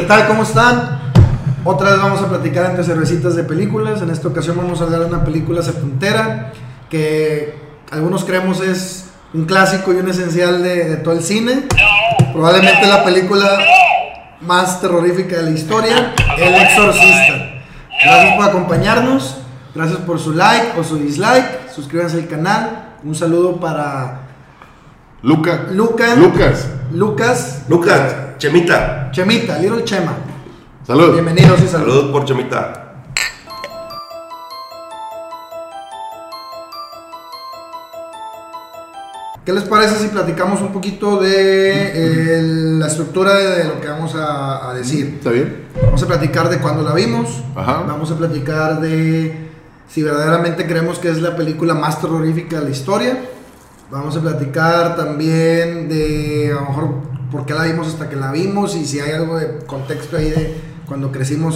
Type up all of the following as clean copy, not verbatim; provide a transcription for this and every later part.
¿Qué tal? ¿Cómo están? Otra vez vamos a platicar entre cervecitas de películas. En esta ocasión vamos a hablar de una película setentera que algunos creemos es un clásico y un esencial de todo el cine. Probablemente la película más terrorífica de la historia, El Exorcista. Gracias por acompañarnos, gracias por su like o su dislike, suscríbanse al canal. Un saludo para Lucas, Chemita, Little Chema. Salud. Bienvenidos y salud. Saludos por Chemita. ¿Qué les parece si platicamos un poquito de la estructura de lo que vamos a decir? ¿Está bien? Vamos a platicar de cuándo la vimos. Ajá. Vamos a platicar de si verdaderamente creemos que es la película más terrorífica de la historia. Vamos a platicar también de a lo mejor por qué la vimos hasta que la vimos y si hay algo de contexto ahí de cuando crecimos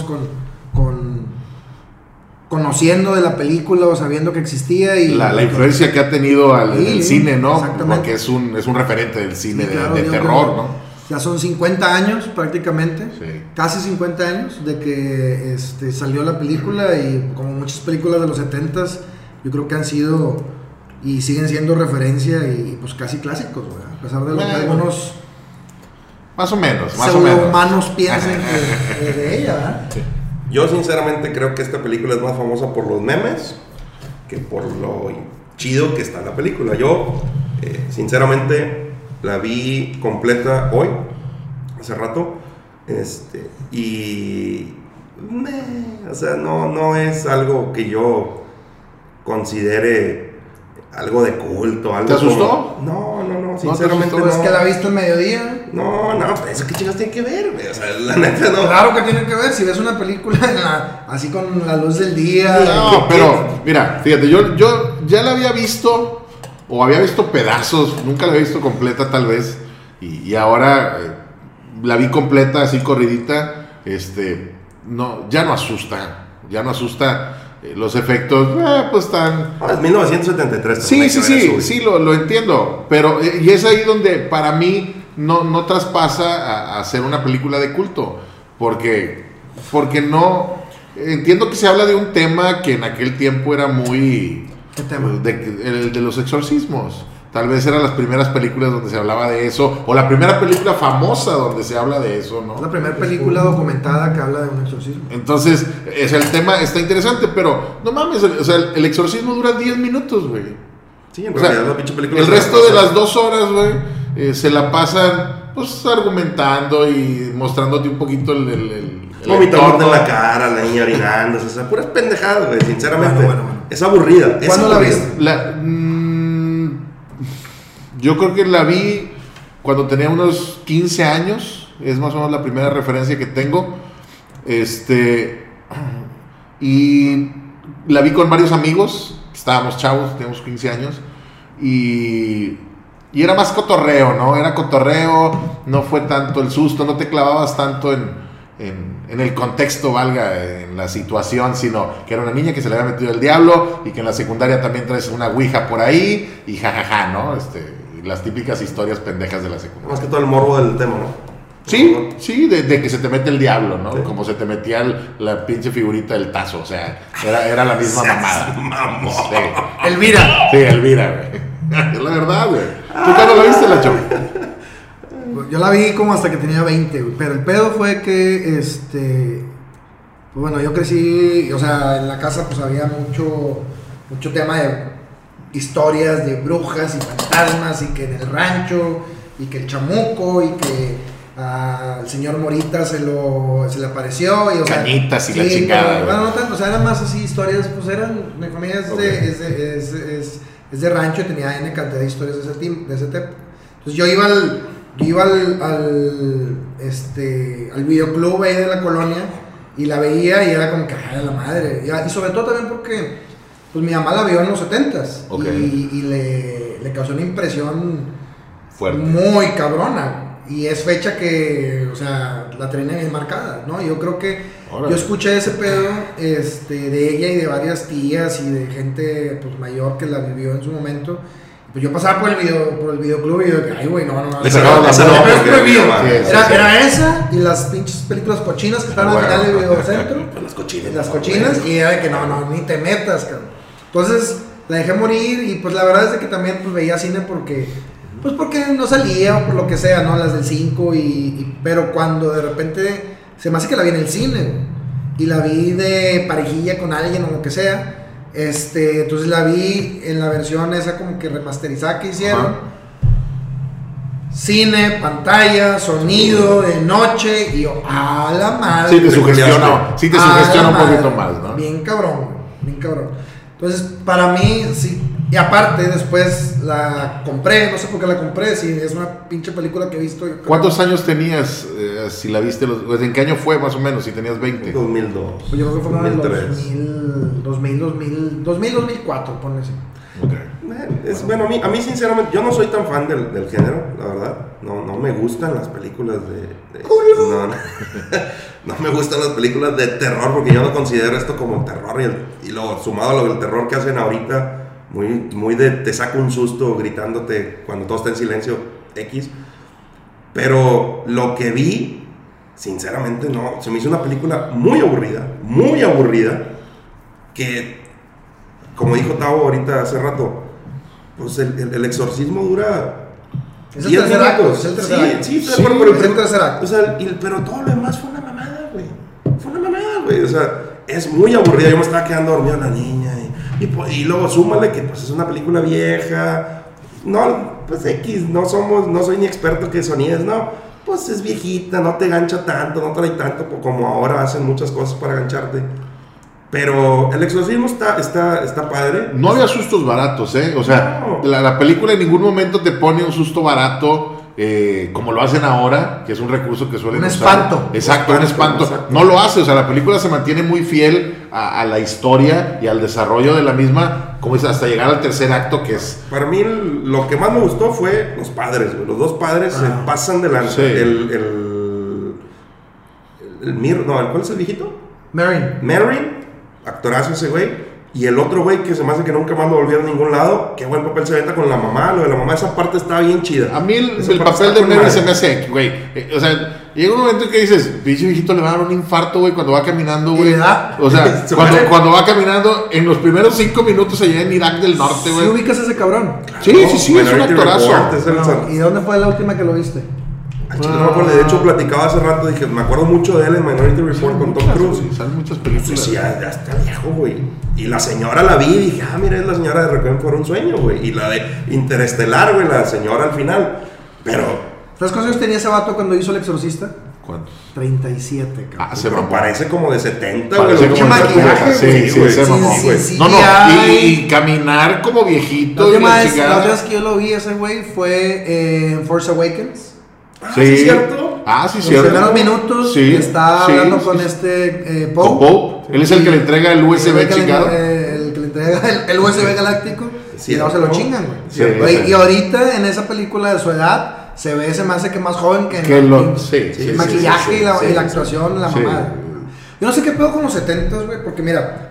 conociendo de la película o sabiendo que existía y la influencia que ha tenido al cine, ¿no? Exactamente. Porque es un referente del cine, Sí, claro, de yo terror, creo, ¿no? Ya son 50 años prácticamente, Sí. casi 50 años de que salió la película y como muchas películas de los 70s, yo creo que han sido y siguen siendo referencia y pues casi clásicos, ¿verdad? A pesar de lo que algunos Más o menos. pseudo-humanos piensen de ella, ¿verdad? Sí. Yo sinceramente creo que esta película es más famosa por los memes que por lo chido que está la película. Yo, sinceramente, la vi completa hoy, hace rato, y o sea, no es algo que yo considere algo de culto, algo. ¿Te asustó? No, sinceramente Pues que la viste al mediodía. No, pues eso qué chingados tiene que ver, güey. O sea, la neta no. Claro que tiene que ver, si ves una película así con la luz del día. No, pero mira, fíjate, yo ya la había visto o había visto pedazos, nunca la había visto completa tal vez y ahora la vi completa así corridita, no, ya no asusta, los efectos pues están. Es 1973. Sí, lo entiendo, pero y es ahí donde para mí no traspasa a ser una película de culto, porque no entiendo que se habla de un tema que en aquel tiempo era muy. ¿Qué tema? El de los exorcismos. Tal vez eran las primeras películas donde se hablaba de eso, o la primera película famosa donde se habla de eso, ¿no? Es la primera película documentada que habla de un exorcismo. Entonces, el tema está interesante, pero no mames, el exorcismo dura 10 minutos, güey. Sí, en realidad la pinche película. El resto de las 2 horas, güey, se la pasan, pues, argumentando y mostrándote un poquito el vomitándote en la cara, la niña orinándose, o sea, puras pendejadas, güey, sinceramente. Bueno. Es aburrida. ¿Cuándo la viste? Yo creo que la vi cuando tenía unos 15 años, es más o menos la primera referencia que tengo, y la vi con varios amigos, estábamos chavos, teníamos 15 años, y era más cotorreo, ¿no? Era cotorreo, no fue tanto el susto, no te clavabas tanto en el contexto, valga, en la situación, sino que era una niña que se le había metido el diablo y que en la secundaria también traes una ouija por ahí y jajaja, ¿no? Las típicas historias pendejas de la secundaria. Más que todo el morbo del tema, ¿no? Sí, de que se te mete el diablo, ¿no? Sí. Como se te metía la pinche figurita del Tazo, o sea, era la misma mamada. Mamón. Sí. Elvira. Sí, Elvira, güey. Es la verdad, güey. ¿Tú cuándo la viste, Lacho? Yo la vi como hasta que tenía 20, güey. Pero el pedo fue que, pues bueno, yo crecí, o sea, en la casa pues había mucho tema de historias de brujas y fantasmas y que en el rancho y que el chamuco y que al señor Morita se le apareció y, o sea, Cañitas y sí, la chingada. Bueno, no tanto, o sea, eran más así historias, pues eran, mi familia es de rancho y tenía N cantidad de historias de ese tipo. Entonces yo iba al videoclub ahí de la colonia y la veía y era como que, ay, la madre. Y sobre todo también porque pues mi mamá la vio en los 70s, Okay. y le causó una impresión Fuerte. muy cabrona. Y es fecha que, o sea, la tenía bien marcada, ¿no? Yo creo que Órale. yo escuché ese pedo de ella y de varias tías y de gente pues mayor que la vivió en su momento. pues yo pasaba por el videoclub y yo, ay, güey, no. Esa no, esa no, es porque prohibido. sí, Era esa y las pinches películas cochinas que estaban al final del videocentro. Pues Las cochinas, y era de que no, ni te metas, cabrón. Entonces la dejé morir y pues la verdad es de que también pues veía cine porque no salía o por lo que sea, ¿no? Las del 5 pero cuando de repente se me hace que la vi en el cine, güey, y la vi de parejilla con alguien o lo que sea, entonces la vi en la versión esa como que remasterizada que hicieron. Ajá. Cine, pantalla, sonido, de noche, y yo, a la madre. Sí te sugestiona un poquito más, ¿no? Bien cabrón. Entonces, para mí, sí. Y aparte, después la compré, no sé por qué la compré, si es una pinche película que he visto. ¿Cuántos años tenías si la viste? ¿En qué año fue más o menos? Si tenías 20. 2002. Pues yo creo que fue en el 2003. 2004, ponle así. Okay. Bueno, a mí sinceramente, yo no soy tan fan del género, la verdad. No me gustan las películas no me gustan las películas de terror porque yo no considero esto como terror y lo sumado a lo del terror que hacen ahorita, muy de te saca un susto gritándote cuando todo está en silencio X. Pero lo que vi, sinceramente no, se me hizo una película muy aburrida, que como dijo Tavo ahorita hace rato, pues el exorcismo dura Es el tercer acto, es el tercer acto. Sí, Sí, pero es el tercer acto. O sea, pero todo lo demás fue una mamada, güey. O sea, es muy aburrida. Yo me estaba quedando dormido la niña. Y luego súmale que pues es una película vieja. No, pues X, no soy ni experto que sonides, no. Pues es viejita, no te gancha tanto, no trae tanto como ahora hacen muchas cosas para gancharte. Pero el exorcismo está padre. No había sustos baratos, ¿eh? O sea, No. la película en ningún momento te pone un susto barato como lo hacen ahora, que es un recurso que suelen Un usar. espanto. Exacto, un espanto. Exacto. No lo hace, o sea, la película se mantiene muy fiel a la historia y al desarrollo de la misma, como dices, hasta llegar al tercer acto, que es... Para mí lo que más me gustó fue los padres, güey. Los dos padres se pasan de la... Sí. ¿Cuál es el viejito? Marin. Actorazo ese güey. Y el otro güey que se me hace que nunca más lo volvieron a ningún lado. Qué buen papel se venta con la mamá. Lo de la mamá, esa parte estaba bien chida. A mí Esa el parte papel está de con Mary madre. se me hace, güey. O sea, llega un momento en que dices, pinche viejito le va a dar un infarto, güey, cuando va caminando, Y güey. le da. O sea, cuando va caminando, en los primeros 5 minutos allá en Irak del Norte, ¿Sí güey. ubicas a ese cabrón? Sí, es un Minority actorazo. Report, es el No, ¿y dónde fue la última que lo viste? Al chile no me acuerdo. De hecho, platicaba hace rato. Dije, me acuerdo mucho de él en Minority Report con Tom Cruise. Sí, salen muchas Sí, películas. sí, ya está viejo, güey. Y la señora la vi y dije, mira, es la señora de Requiem por un sueño, güey. Y la de Interestelar, güey, la señora al final. Pero ¿Sabes cuántos años tenía ese vato cuando hizo El Exorcista? ¿Cuántos? 37, cabrón. Se pero mamó. parece como de 70, güey. Parece Lo como pinche pinche maquillaje, Sí, sí, güey. se mamó, Sí, güey. sí, No, ay. y caminar como La viejito. última y vez chingada. que yo lo vi ese güey fue en Force Awakens. ¿Sí es cierto? Sí, Los cierto. primeros minutos Sí, está sí, hablando sí, con sí. Poe. Con Poe. Él es el que le entrega el USB chingado. El que le entrega el USB galáctico. Sí, y luego se lo ¿no? chingan, güey. Sí, Güey, sí. y ahorita en esa película de su edad se me hace que más joven que en Que el lo- sí, sí, el maquillaje sí, y la sí, actuación, la sí. mamada. Yo no sé qué pedo con los 70s, güey, porque mira,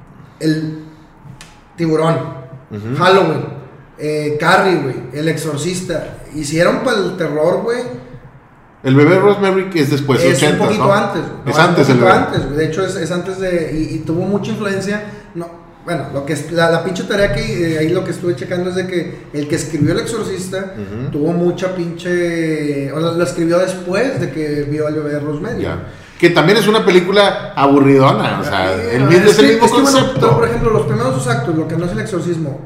el Tiburón, Halloween, Carrie, güey, El Exorcista, hicieron para el terror, güey. El bebé Rosemary que es después, Es 80, un poquito ¿no? antes, güey. Es No, antes un el poquito bebé. antes, güey. De hecho, es antes de. Y tuvo mucha influencia. No, bueno, lo que es la pinche tarea que ahí lo que estuve checando es de que el que escribió El Exorcista tuvo mucha pinche. O sea, lo escribió después de que vio al bebé Rosemary. Ya. Que también es una película aburridona, o sea, es el mismo bueno, concepto. por ejemplo, los primeros dos actos, lo que no es el exorcismo,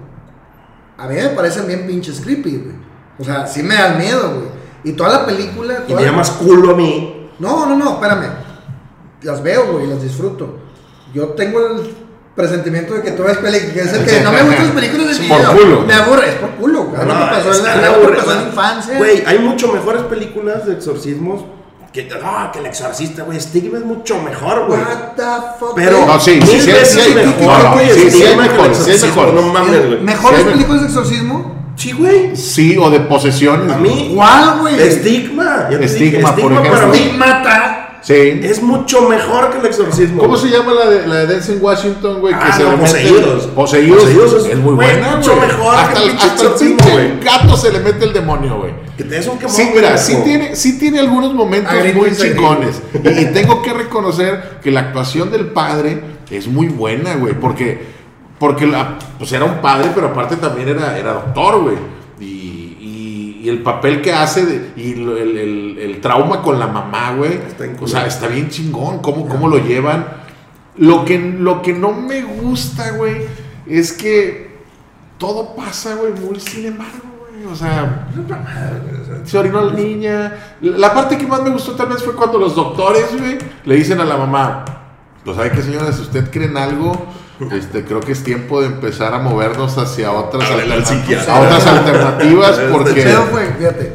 a mí me parecen bien pinches creepy, güey. O sea, sí me dan miedo, güey. Y toda la película. Y me llamas culo a mí. No, espérame. Las veo, güey, las disfruto. Yo tengo el presentimiento de que tú ves películas, que es el que no me gustan las películas de Es miedo. por culo. Me aburre, es por culo, güey. Algo me pasó en la, algo me pasó en la infancia. Güey, hay mucho mejores películas de exorcismos que El Exorcista, güey. Stigma es mucho mejor, güey. What the fuck. Pero No, sí, mil sí, veces sí, mejor, no, güey, sí, sí, Stigma es que mejor, El sí, es Exorcista, mejor. no mames, güey. ¿Mejores Sí, películas de exorcismo? Sí, güey. Sí, o de posesiones. A mí, ¿Cuál, güey? Estigma. Ya te dije, Estigma, por para ejemplo. mí. Estigmata. Sí. es mucho mejor que El Exorcismo. ¿Cómo güey. se llama la de Denzel Washington, güey? Que se no, le mete- Poseídos. Poseídos es muy güey, buena, mucho güey. mejor que Hasta el el pinche hasta el Exorcismo, pinche güey. gato se le mete el demonio, güey. Que te des un quemón. Sí, mira, güey. sí tiene algunos momentos Agree, muy disagree. chingones. Y tengo que reconocer que la actuación del padre es muy buena, güey. Porque pues era un padre, pero aparte también era doctor, güey. Y el papel que hace el trauma con la mamá, güey. O sea, está bien chingón. ¿Cómo lo llevan? Lo que no me gusta, güey, es que todo pasa, güey, muy sin embargo. O sea, se orinó la niña. La parte que más me gustó tal vez fue cuando los doctores, güey, le dicen a la mamá, pues sabe qué, señora, si usted cree en algo, creo que es tiempo de empezar a movernos hacia otras Háblale al psiquiatra. a otras alternativas, porque Pero fue, fíjate,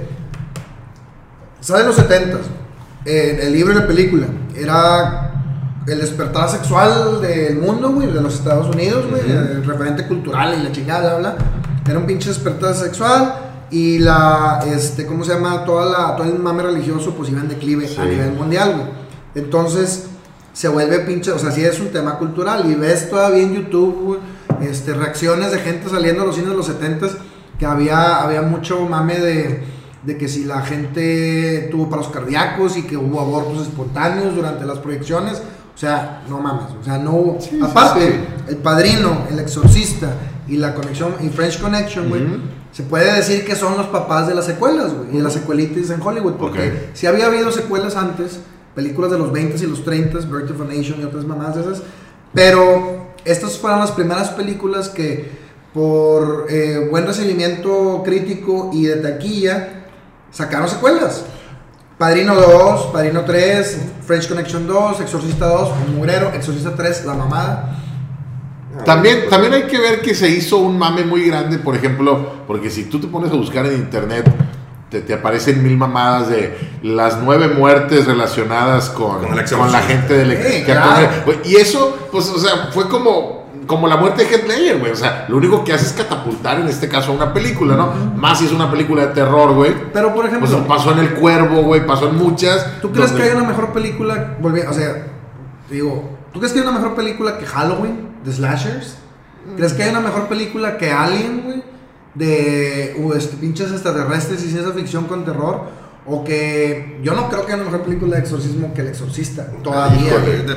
sale en los 70s, el libro y la película, era el despertar sexual del mundo, güey, de los Estados Unidos, güey, el referente cultural y la chingada, bla, bla. Era un pinche despertar sexual y ¿cómo se llama? Todo el mame religioso pues iba en declive a nivel mundial, güey. Entonces se vuelve pinche, o sea, sí es un tema cultural y ves todavía en YouTube, güey, reacciones de gente saliendo a los cines de los 70s que había mucho mame de que si la gente tuvo paros cardíacos y que hubo abortos espontáneos durante las proyecciones. O sea, no mames, o sea, no hubo. Sí, Aparte, sí. El Padrino, El Exorcista y la conexión, y French Connection, güey, se puede decir que son los papás de las secuelas, güey, y de las secuelitis en Hollywood, porque si había habido secuelas antes, películas de los 20s y los 30s, Birth of a Nation y otras mamás de esas, pero estas fueron las primeras películas que por buen recibimiento crítico y de taquilla sacaron secuelas. Padrino 2, Padrino 3, French Connection 2, Exorcista 2, Un Mugrero, Exorcista 3, La Mamada. También hay que ver que se hizo un mame muy grande, por ejemplo, porque si tú te pones a buscar en internet, te aparecen 1000 mamadas de las 9 muertes relacionadas con la gente del claro. Y eso, pues, o sea, fue como la muerte de Heath Ledger, güey. O sea, lo único que hace es catapultar, en este caso, a una película, ¿no? Más si es una película de terror, güey. Pero, por ejemplo, Pues pasó en El Cuervo, güey, pasó en muchas. ¿tú crees que hay una mejor película? O sea, digo, ¿tú crees que hay una mejor película que Halloween, de slashers? ¿Crees que hay una mejor película que Alien, güey? De pinches extraterrestres y ciencia ficción con terror. O que yo no creo que haya una mejor película de exorcismo que El Exorcista. Todavía.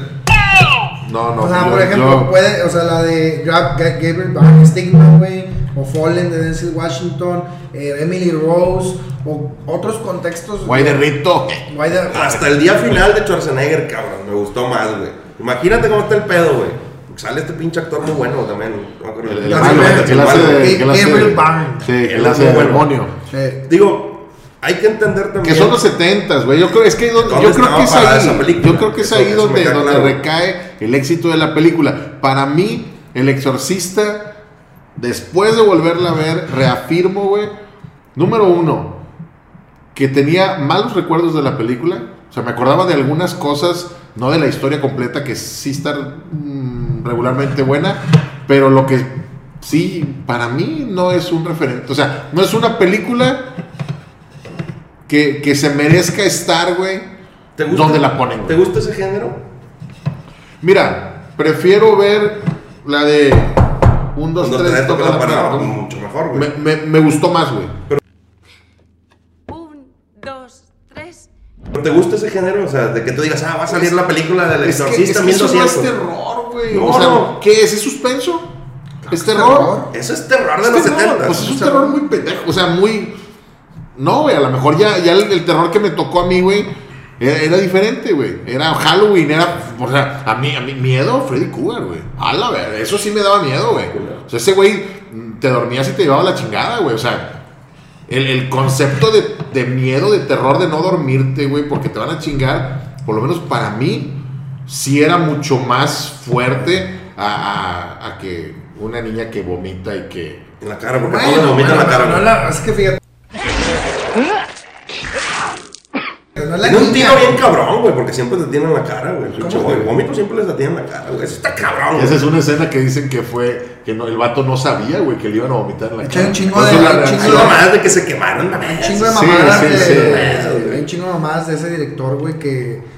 No, O sea, por ejemplo, la de Gabriel Byrne, Stigma, güey, o Fallen de Denzel Washington, Emily Rose, o otros contextos. Guay de Rito. Hasta el día final de Schwarzenegger, cabrón, me gustó más, güey. Imagínate cómo está el pedo, güey. Sale este pinche actor muy bueno también. No me acuerdo. El malo, que él hace de... Gabriel Byrne. Sí, que Él él es hace muy de bueno. demonio. Digo, hay que entender también Que son los 70s, güey. Yo creo que es ahí donde recae el éxito de la película. Para mí, El Exorcista, después de volverla a ver, reafirmo, güey, número 1, que tenía malos recuerdos de la película. O sea, me acordaba de algunas cosas, no de la historia completa, que sí está regularmente buena, pero lo que sí, para mí, no es un referente. O sea, no es una película que se merezca estar, güey, donde la ponen. ¿Te gusta ese género? Mira, prefiero ver la de 1, 2, 3, toca la parada, ¿no? mucho mejor, güey. Me gustó más, güey. 1, 2, 3. ¿Pero te gusta ese género? O sea, de que tú digas, va a salir la película del Es que Exorcista eso no 1200. es terror, güey. No, O sea, no. ¿qué es? ¿Es suspenso? ¿Es terror? Eso es terror de Es los terror, 70. pues es un terror muy pendejo, o sea, muy... No, güey, a lo mejor ya el terror que me tocó a mí, güey, era diferente, güey. Era Halloween, o sea, a mí miedo, Freddy Krueger, güey. A la verdad, eso sí me daba miedo, güey. O sea, ese güey te dormías y te llevaba la chingada, güey. O sea, el concepto de miedo, de terror, de no dormirte, güey, porque te van a chingar, por lo menos para mí, sí era mucho más fuerte a que una niña que vomita y que... En la cara, porque todos vomitan en la cara. güey. Es que fíjate. No es la Tiene un niña. tiro bien cabrón, güey, porque siempre te tienen en la cara, güey. El vómito siempre les tienen en la cara, güey. Eso está cabrón, güey. Esa es una escena que dicen que fue, que no, el vato no sabía, güey, que le iban a vomitar en la Echa cara. un chingo Esa de- es la un reacción. chingo Hay mamadas de que se quemaron, Un mames. chingo de Sí, mamadas sí, sí. hay un chingo de mamadas de ese director, güey, que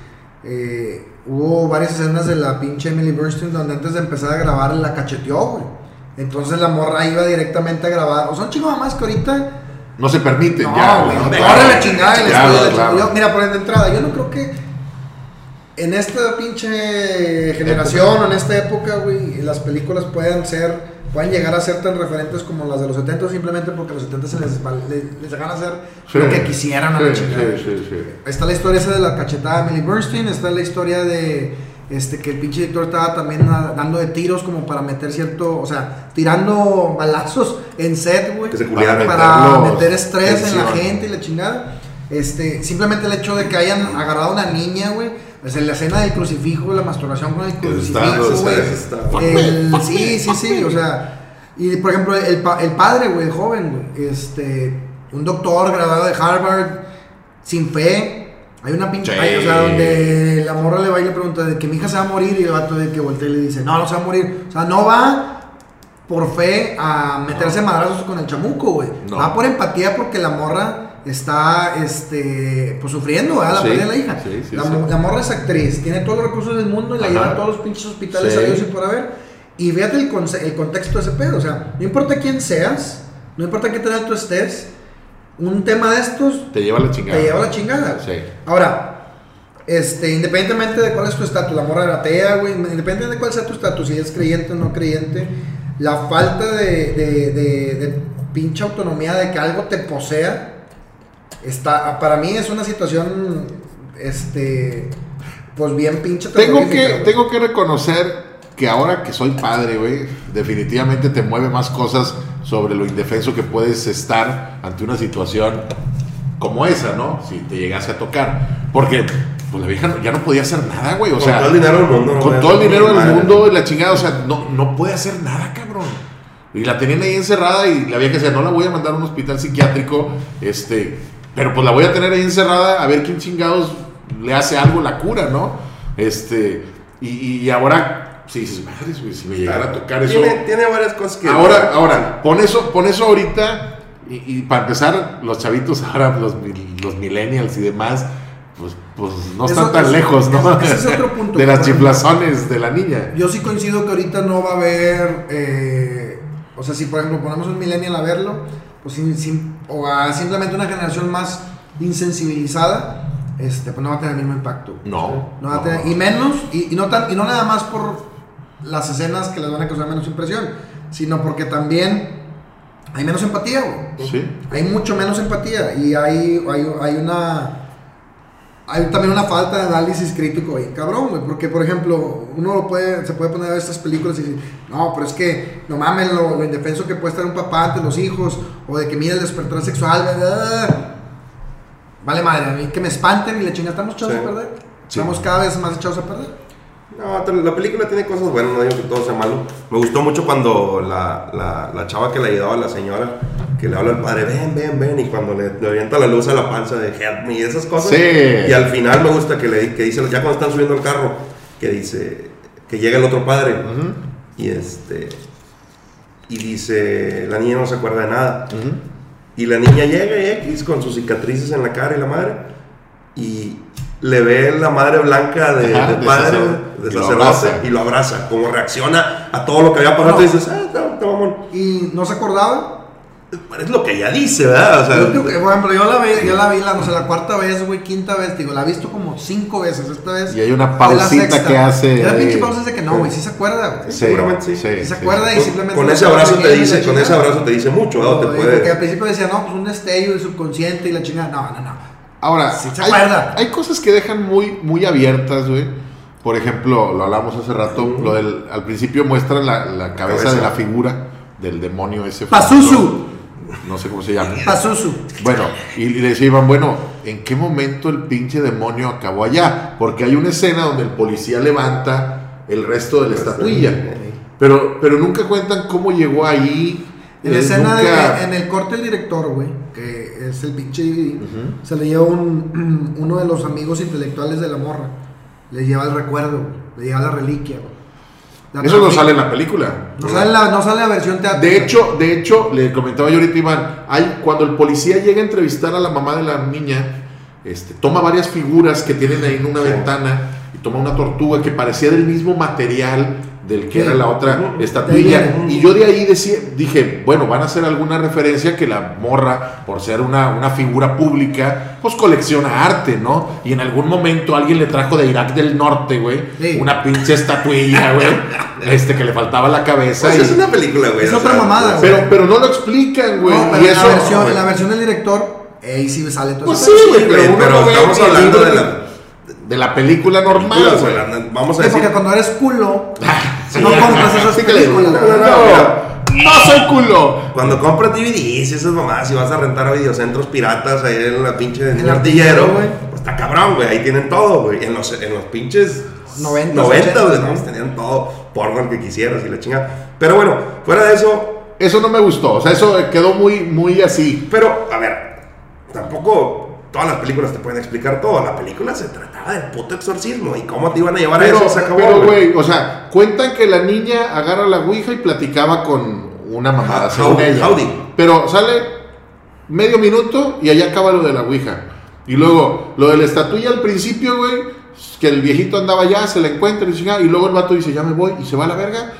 hubo varias escenas de la pinche Emily Bernstein donde antes de empezar a grabar la cacheteó, güey. Entonces la morra iba directamente a grabar. O sea, un chingo más que ahorita. No se permiten, No, ya. güey, ¿no? corre la chingada y les Claro, cuida la claro. chingada. Mira, por de entrada, yo no creo que en esta pinche generación o en esta época, güey, las películas puedan llegar a ser tan referentes como las de los 70 simplemente porque a los 70 les dejan hacer Sí. lo que quisieran a la chingada. Sí. Está la historia esa de la cachetada de Emily Bernstein, está la historia de que el pinche director estaba también dando de tiros como para meter o sea, tirando balazos en set, güey, Que se culiaran. para meterlos, meter estrés en la tensión. gente y la chingada. Simplemente el hecho de que hayan agarrado a una niña, güey, pues en la escena del crucifijo, la masturbación con el crucifijo, güey. Sí, o sea, y por ejemplo, el padre, güey, el joven, güey, un doctor graduado de Harvard, sin fe. Hay una pinche, Sí. o sea, donde la morra le va y le pregunta de que mi hija se va a morir y el vato de que voltea y le dice, no se va a morir. O sea, no va por fe a meterse madrazos con el chamuco, güey. No. Va por empatía porque la morra está, pues sufriendo, ¿verdad? La Sí, pérdida de la hija. sí, La morra es actriz, tiene todos los recursos del mundo y la Ajá. lleva a todos los pinches hospitales Sí. a Dios y por haber. Y fíjate el contexto de ese pedo, o sea, no importa quién seas, no importa qué tan alto estés, un tema de estos Te lleva la chingada. te lleva a la chingada. Sí. Ahora, independientemente de cuál es tu estatus, la morra era atea, güey, independientemente de cuál sea tu estatus, si eres creyente o no creyente, la falta de pinche autonomía de que algo te posea, para mí es una situación, pues bien pinche terrorífica, güey. Tengo que reconocer que ahora que soy padre, güey, definitivamente te mueve más cosas sobre lo indefenso que puedes estar ante una situación como esa, ¿no? Si te llegase a tocar. Porque pues la vieja ya no podía hacer nada, güey. O Con sea, todo el dinero del mundo. con todo el dinero del mundo y la chingada, o sea, no puede hacer nada, cabrón. Y la tenían ahí encerrada y la vieja decía, no la voy a mandar a un hospital psiquiátrico, pero pues la voy a tener ahí encerrada a ver quién chingados le hace algo, la cura, ¿no? Y ahora... Sí, dices, madre, güey, si me llegara a tocar eso. Tiene varias cosas que. Ahora, pon eso ahorita. Y para empezar, los chavitos ahora, los millennials y demás, pues no Eso están tan es- lejos, ¿no? ese es otro punto. De las chiflazones de la niña. Yo sí coincido que ahorita no va a haber, o sea, si por ejemplo ponemos un millennial a verlo, pues o a simplemente una generación más insensibilizada, pues no va a tener el mismo impacto. No. No va a tener, y menos, y no nada más por las escenas que les van a causar menos impresión, sino porque también hay menos empatía, güey. Sí. Hay mucho menos empatía y hay también una falta de análisis crítico ahí, cabrón, güey, porque por ejemplo, se puede poner a ver estas películas y decir, no, pero es que no mames lo indefenso que puede estar un papá ante los hijos, o de que mira el despertar sexual, ¿verdad? Vale madre, a mí que me espanten y le chinga, estamos echados Sí. a perder, Sí. estamos cada vez más echados a perder. No, la película tiene cosas buenas, no digo que todo sea malo. Me gustó mucho cuando la chava que le ayudaba a la señora, que le habla al padre, ven, y cuando le avienta la luz a la panza de help me y esas cosas. Sí. Y al final me gusta que dice, ya cuando están subiendo el carro, que dice, que llega el otro padre, Ujú. y dice, la niña no se acuerda de nada. Ujú. Y la niña llega y X con sus cicatrices en la cara y la madre, y le ve la madre blanca de padre, de y lo sacerdote, abraza. y lo abraza, como reacciona a todo lo que había pasado. No. Y dices, está mamón. Y no se acordaba. Es lo que ella dice, ¿verdad? O sea, Yo creo que, por ejemplo, yo la vi no sé, la cuarta vez, güey, quinta vez, digo, la he visto como 5 veces, esta vez. Y hay una fue la pausita sexta. que hace. Y la pinche pausa de que no, güey, sí se acuerda, güey. Sí, seguramente sí. Sí se acuerda y simplemente con no ese sabe abrazo quién te es dice, la con ese chingada. abrazo te dice mucho, ¿verdad? Te Porque al puede. principio decía, no, pues un destello del subconsciente y la chingada. No. Ahora, Sí se acuerda. hay cosas que dejan muy, muy abiertas, güey. Por ejemplo, lo hablamos hace rato, al principio muestran la cabeza de la figura del demonio ese. Pazuzu. No sé cómo se llama. Pazuzu. Bueno, y le decían, bueno, ¿en qué momento el pinche demonio acabó allá? Porque hay una escena donde el policía levanta el resto de la estatuilla. Pero nunca cuentan cómo llegó ahí. En la escena, nunca- en el corte del director, güey, que es el pinche DVD, Ujú. se le lleva uno de los amigos intelectuales de la morra. Le lleva el recuerdo, güey, le lleva la reliquia, güey. La Eso no trafica. sale en la película. No sale la versión teatral. De hecho, le comentaba yo ahorita, Iván, cuando el policía llega a entrevistar a la mamá de la niña, toma varias figuras que tienen ahí en una ventana y toma una tortuga que parecía del mismo material del que era la otra estatuilla. Y yo de ahí dije, bueno, van a hacer alguna referencia que la morra, por ser una figura pública, pues colecciona arte, ¿no? Y en algún momento alguien le trajo de Irak del Norte, güey, una pinche estatuilla, güey, que le faltaba la cabeza. Pues es una película, güey. Es otra mamada, güey. Pero no lo explican, güey. No, y en eso, la versión del director, ahí sí sale todo pues eso. sí, güey, pero uno ve estamos el hablando libro de la película normal, güey. Vamos a Sí, decir. porque cuando eres culo, Sí, no compras esas sí que le digo, películas. no soy culo. Cuando compras DVDs y esas mamás, si vas a rentar a videocentros piratas ahí en la pinche El artillero, artillero, güey. pues está cabrón, güey. Ahí tienen todo, güey. En los pinches 90, 90, güey, ¿no? tenían todo, porno el que quisieras y la chingada. Pero bueno, fuera de eso. Eso no me gustó, o sea, eso quedó muy así. Pero, a ver, tampoco todas las películas te pueden explicar todo. La película se trataba del puto exorcismo. ¿Y cómo te iban a llevar a eso? Se acabó, pero, güey, o sea, cuentan que la niña agarra la ouija y platicaba con una mamada, según ella. Howdy. Pero sale medio minuto y allá acaba lo de la ouija. Y luego, lo de la estatuilla al principio, güey, que el viejito andaba allá, se la encuentra y luego el vato dice, ya me voy, y se va a la verga.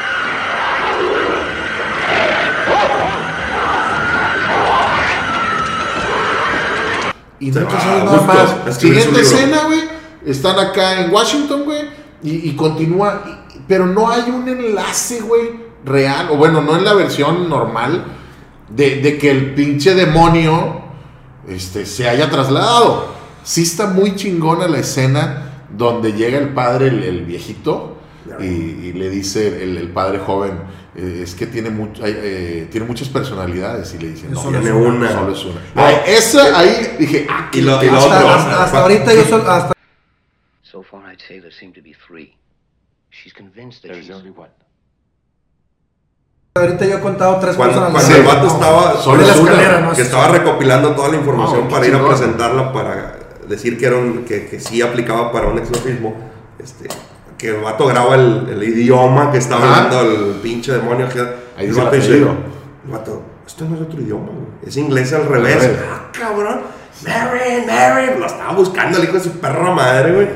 Y no te sabes nada más. Siguiente escena, güey. Están acá en Washington, güey. Y continúa. Pero no hay un enlace, güey, real. O bueno, no en la versión normal. De que el pinche demonio se haya trasladado. Sí está muy chingona la escena donde llega el padre, el viejito. Y le dice el padre joven. Es que tiene muchas personalidades. Y le dice, no, tiene una. Solo es una. Esa ahí dije, Y lo otro. Hasta ahorita yo solo. So far, I'd say there seem to be three. She's convinced that she's only one. Ahorita yo he contado tres Cuando personas. el vato estaba Solo de la es una. escalera, ¿no? que estaba recopilando toda la información No, para ir a chingón. presentarla, para decir que sí aplicaba para un exorcismo. Que el vato graba el idioma que está hablando el pinche demonio. Ahí el dice vato el dice, apellido. el vato, esto no es otro idioma, güey. Es inglés al revés. revés. Ah, cabrón. Mary, lo estaba buscando el hijo de su perra madre, güey.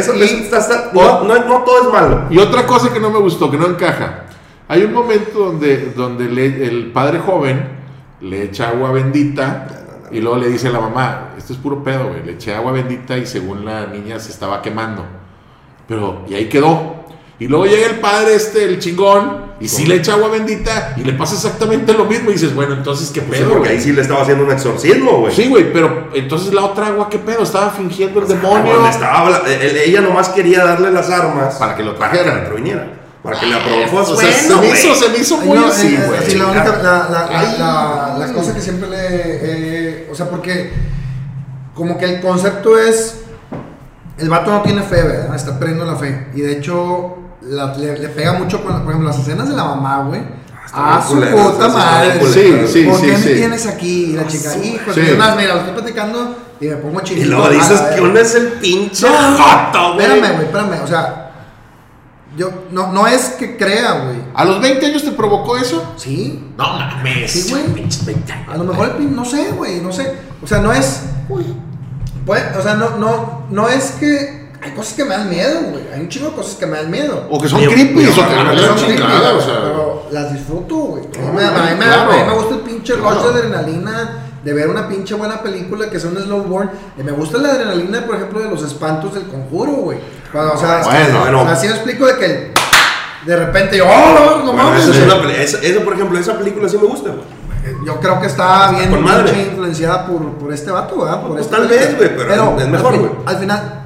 No todo es malo. Y otra cosa que no me gustó, que no encaja. Hay un momento donde el padre joven le echa agua bendita y luego le dice a la mamá, esto es puro pedo, güey. Le eché agua bendita y según la niña se estaba quemando. Y ahí quedó. Y luego llega el padre el chingón, y sí le echa agua bendita y le pasa exactamente lo mismo. Y dices, bueno, entonces qué Sí, pedo, porque güey. ahí sí le estaba haciendo un exorcismo, güey. Sí, güey, pero entonces la otra agua, ¿qué pedo? Estaba fingiendo el demonio. Ella nomás quería darle las armas Para que lo para que trajeran. la interviniera, para que la provocó. O sea, se me hizo muy así, güey. Sí, la única, la cosa que siempre le. O sea, porque como que el concepto es. El vato no tiene fe, ¿verdad? Está perdiendo la fe. Y de hecho, le pega mucho con, por ejemplo, las escenas de la mamá, güey. Ah, su culera, puta madre. Sí, ¿Por qué me sí. tienes aquí? Y la chica, hijo, Sí. mira, lo estoy platicando y me pongo Y chiquito. luego dices que uno es el pinche joto, güey. Espérame, o sea, yo, no es que crea, güey. ¿A los 20 años te provocó eso? Sí. No mames. Sí, güey. Pinches 20 años. A lo mejor no sé, güey, no sé. O sea, no es. Pues, o sea, no es que. Hay cosas que me dan miedo, güey. Hay un chingo de cosas que me dan miedo. O que son Mío, creepy, mío, o que mío, me mío, dan mío, chingada, o sea. Pero las disfruto, güey. A mí claro. me gusta el pinche rush de adrenalina de ver una pinche buena película que sea un slow burn. Y me gusta la adrenalina, por ejemplo, de los espantos del Conjuro, güey. O sea, Bueno. o sea, así me explico de que de repente yo, ¡oh, no Bueno, mames! eso, güey. eso, por ejemplo, esa película sí me gusta, güey. Yo creo que está bien con madre. pinche influenciada por este vato, ¿verdad? Por Pues este tal vez, güey, pero es mejor, güey. Al final.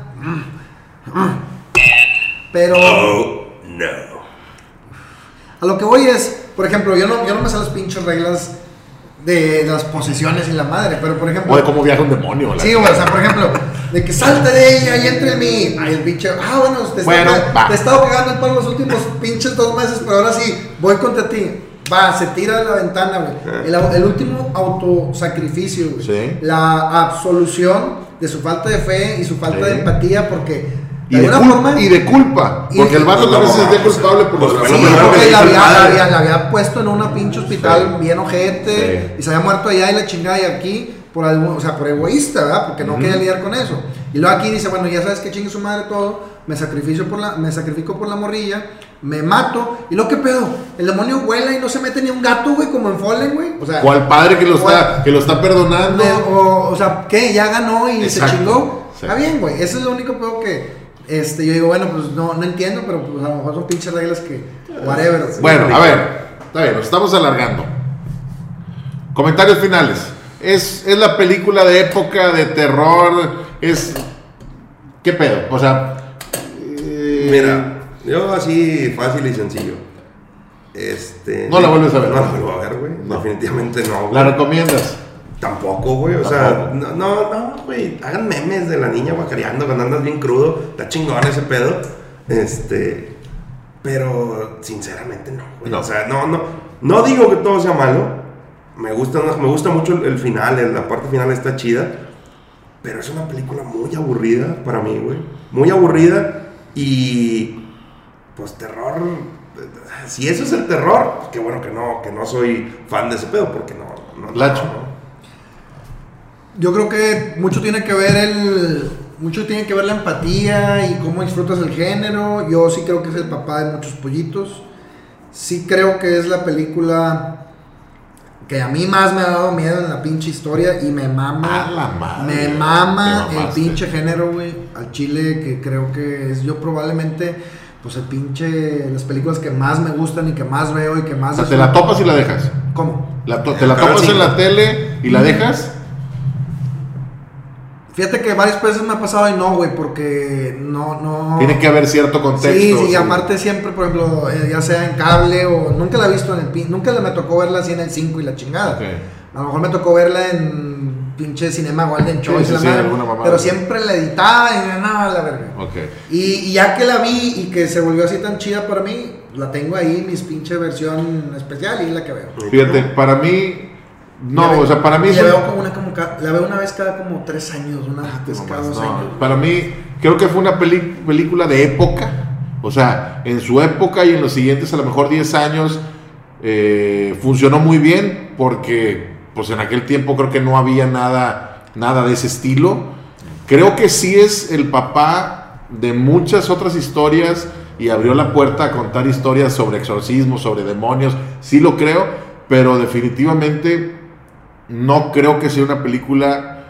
Pero. Oh, no. A lo que voy es, por ejemplo, yo no me sé las pinches reglas de las posesiones y la madre, pero por ejemplo. O de cómo viaja un demonio. Sí, güey, o sea, por ejemplo, de que salte de ella y entre en mí. Ay, el pinche. Bueno, te he estado cagando el palo los últimos pinches 2 meses, pero ahora sí, voy contra ti. Va, se tira de la ventana, güey. El último autosacrificio, güey. Sí. La absolución de su falta de fe y su falta de empatía, porque Y de culpa. Porque el vato también se sentía culpable por los Sí, porque la había puesto en una pinche hospital bien ojete y se había muerto allá y la chingada y aquí. por algún, o sea, por egoísta, ¿verdad? Porque no quería lidiar con eso. Y luego aquí dice, bueno, ya sabes que chingue su madre todo, me sacrifico por la morrilla, me mato. ¿Y lo que pedo? El demonio vuela y no se mete ni un gato, güey, como en Fallen, güey. O sea, ¿cuál padre que lo está perdonando? O sea, ¿qué? Ya ganó y Exacto. se chingó. Sí. Está bien, güey. Eso es lo único pedo que yo digo, bueno, pues no entiendo, pero pues a lo mejor son pinches reglas que whatever. Bueno, a ver, está bien, nos estamos alargando. Comentarios finales. Es la película de época de terror, ¿qué pedo? O sea, Mira, yo así fácil y sencillo. No la vuelves a ver. No la vuelvo a ver, güey. No. Definitivamente no, güey. ¿la recomiendas? Tampoco, güey. O sea, no, güey. Hagan memes de la niña guacareando cuando andas bien crudo. Está chingón ese pedo. Pero sinceramente no, güey. No. O sea, no digo que todo sea malo. Me gusta mucho el final, la parte final está chida. Pero es una película muy aburrida para mí, güey. Muy aburrida. Y pues terror. Si eso es el terror, pues qué bueno que no soy fan de ese pedo, porque no. Lacho. Yo creo que mucho tiene que ver la empatía y cómo disfrutas el género. Yo sí creo que es el papá de muchos pollitos. Sí creo que es la película que a mí más me ha dado miedo en la pinche historia y me mama. A la madre, Me mama te el mamaste. pinche género, güey. Al chile, que creo que es yo probablemente, pues el pinche, las películas que más me gustan y que más veo y que más... O sea, ¿te la topas y la dejas? ¿Cómo? ¿Te la topas en la tele y la dejas? Fíjate que varias veces me ha pasado y no, güey, porque no... Tiene que haber cierto contexto. Sí, y aparte siempre, por ejemplo, ya sea en cable o... Nunca la he visto nunca me tocó verla así en el 5 y la chingada. Ok. A lo mejor me tocó verla en pinche Cinema Golden Choice, sí, la sí, madre, alguna mamada. pero siempre la editaba y nada, la verga. Ok. Y ya que la vi y que se volvió así tan chida para mí, la tengo ahí, mis pinche versión especial y es la que veo. Fíjate, para mí... No, o sea, para mí... La veo la veo una vez cada como 3 años, una vez No cada más, 2 no. años. Para mí, creo que fue una película de época. O sea, en su época y en los siguientes, a lo mejor 10 años, funcionó muy bien porque, pues en aquel tiempo creo que no había nada de ese estilo. Creo que sí es el papá de muchas otras historias y abrió la puerta a contar historias sobre exorcismos, sobre demonios. Sí lo creo, pero definitivamente no creo que sea una película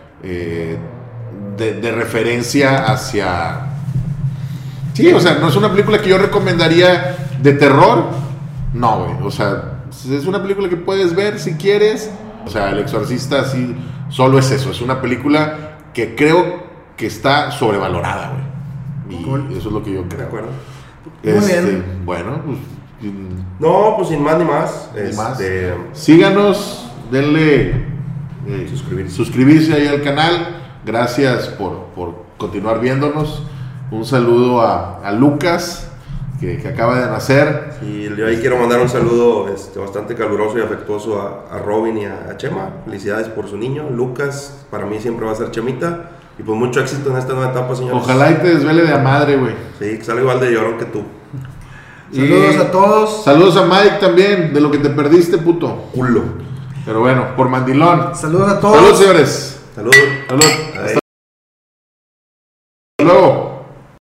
de referencia hacia... Sí, o sea, no es una película que yo recomendaría de terror. No, güey, o sea, es una película que puedes ver si quieres. O sea, El Exorcista sí, solo es eso. Es una película que creo que está sobrevalorada, güey. Y Cool. eso es lo que yo De creo. acuerdo. Muy bien. Bueno, pues... No, pues sin más ni más. Ni más. Este, Síganos, denle Suscribirse. ahí al canal. Gracias por continuar viéndonos. Un saludo a Lucas, que acaba de nacer. Y yo ahí quiero mandar un saludo bastante caluroso y afectuoso a Robin y a Chema. Felicidades por su niño. Lucas, para mí siempre va a ser Chemita. Y pues mucho éxito en esta nueva etapa, señores. Ojalá y te desvele de a madre, güey. Sí, que salga igual de llorón que tú. Saludos a todos. Saludos a Mike también, de lo que te perdiste, puto. Culo. Pero bueno, por mandilón. Saludos a todos. Saludos, señores. Saludos. Salud. Ahí. Hasta luego.